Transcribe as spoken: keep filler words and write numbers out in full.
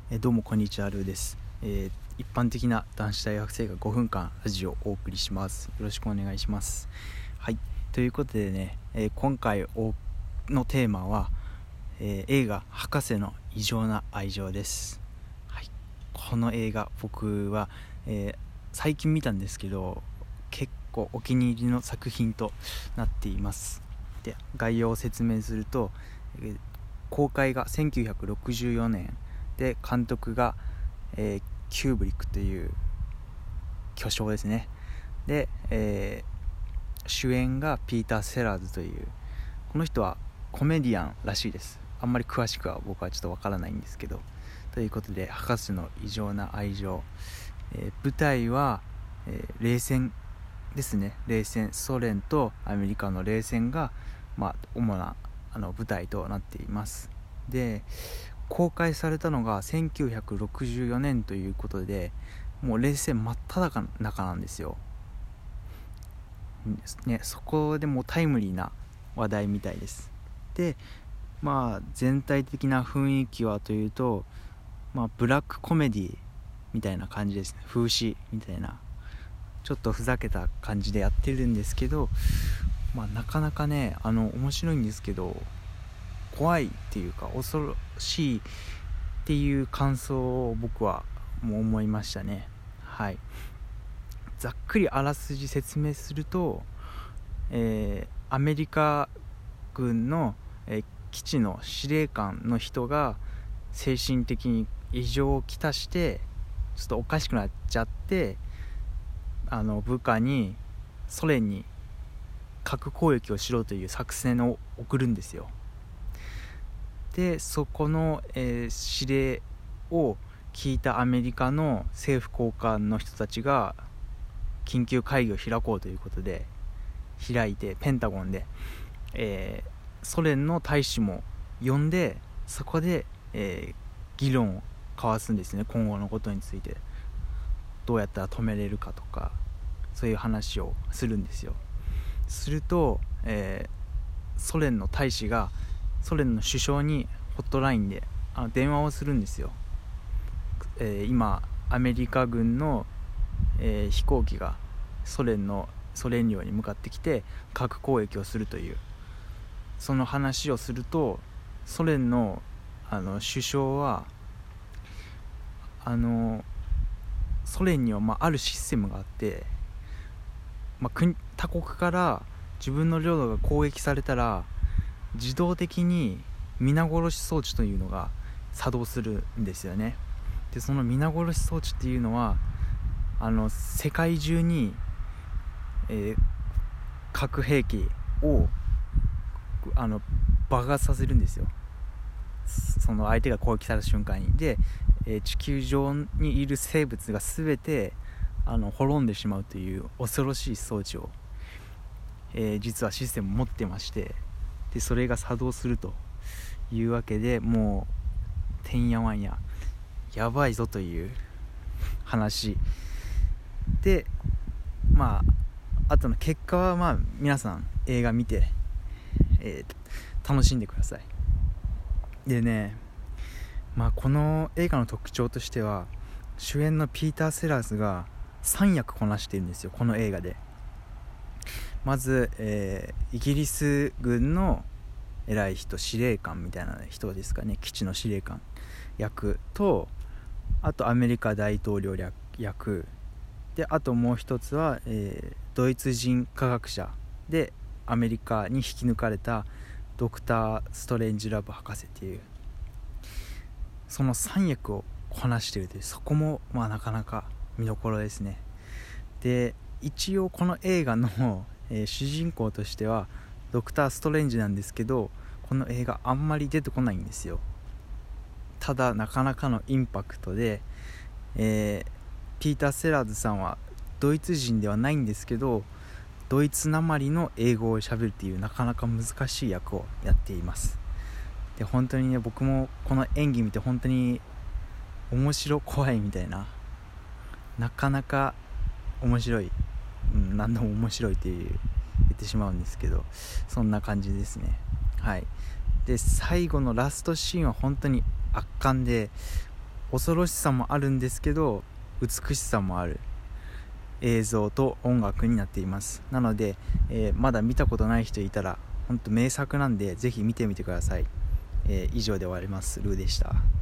えーどうもこんにちは、ルーです。えー一般的な男子大学生がごふんかんラジオをお送りします。よろしくお願いします。はい、ということでね、えー今回のテーマは、えー映画博士の異常な愛情です。はい、この映画僕は、えー最近見たんですけど、結構お気に入りの作品となっています。で、概要を説明すると、えー公開がせんきゅうひゃくろくじゅうよねんで、監督が、えーキューブリックという巨匠ですね。で、えー主演がピーター・セラーズという、この人はコメディアンらしいです。あんまり詳しくは僕はちょっとわからないんですけど、ということで博士の異常な愛情、えー舞台は、えー冷戦ですね。冷戦、ソ連とアメリカの冷戦が、まあ、主なあの舞台となっています。で、公開されたのがせんきゅうひゃくろくじゅうよねんということで、もう冷戦真っ只中なんですよ、ね、そこでもうタイムリーな話題みたいです。で、まあ全体的な雰囲気はというと、まあブラックコメディみたいな感じですね。風刺みたいな、ちょっとふざけた感じでやってるんですけど、まあなかなかね、あの面白いんですけど、怖いっていうか恐ろしいっていう感想を僕はもう思いましたね。はい、ざっくりあらすじ説明すると、えーアメリカ軍の、えー基地の司令官の人が精神的に異常をきたしてちょっとおかしくなっちゃって、あの部下にソ連に核攻撃をしろという作戦を送るんですよ。で、そこの、えー指令を聞いたアメリカの政府高官の人たちが緊急会議を開こうということで開いて、ペンタゴンで、えーソ連の大使も呼んで、そこで、えー議論を交わすんですね。今後のことについてどうやったら止めれるかとか、そういう話をするんですよ。すると、えーソ連の大使がソ連の首相にホットラインであの電話をするんですよ。えー今アメリカ軍の、えー飛行機がソ連のソ連領に向かってきて核攻撃をするという、その話をすると、ソ連のあの首相はあのソ連には、まあ、あるシステムがあって、まあ、国他国から自分の領土が攻撃されたら自動的に皆殺し装置というのが作動するんですよね。で、その皆殺し装置っていうのはあの世界中に、えー核兵器をあの爆発させるんですよ。その相手が攻撃された瞬間に。で、えー地球上にいる生物が全てあの滅んでしまうという恐ろしい装置を、えー実はシステム持ってまして、でそれが作動するというわけで、もうてんやわんややばいぞという話で、まああとの結果は、まあ皆さん映画見て、えー楽しんでください。でね、まあこの映画の特徴としては、主演のピーター・セラーズがさんやくこなしてるんですよ、この映画で。まず、えーイギリス軍の偉い人、司令官みたいな人ですかね、基地の司令官役と、あとアメリカ大統領役で、あともう一つは、えードイツ人科学者でアメリカに引き抜かれたドクター・ストレンジラブ博士っていう、そのさんやくをこなしているという、そこもまあなかなか見どころですね。で、一応この映画の、えー主人公としてはドクター・ストレンジなんですけど、この映画あんまり出てこないんですよ。ただなかなかのインパクトで、えーピーター・セラーズさんはドイツ人ではないんですけど、ドイツなまりの英語を喋るっていうなかなか難しい役をやっています。で、本当にね、僕もこの演技見て本当に面白怖いみたいな、なかなか面白い、うん、何でも面白いっていう言ってしまうんですけど、そんな感じですね。はい。で、最後のラストシーンは本当に圧巻で、 恐ろしさもあるんですけど美しさもある映像と音楽になっています。なので、えー、まだ見たことない人いたら本当名作なんでぜひ見てみてください。えー、以上で終わります。ルーでした。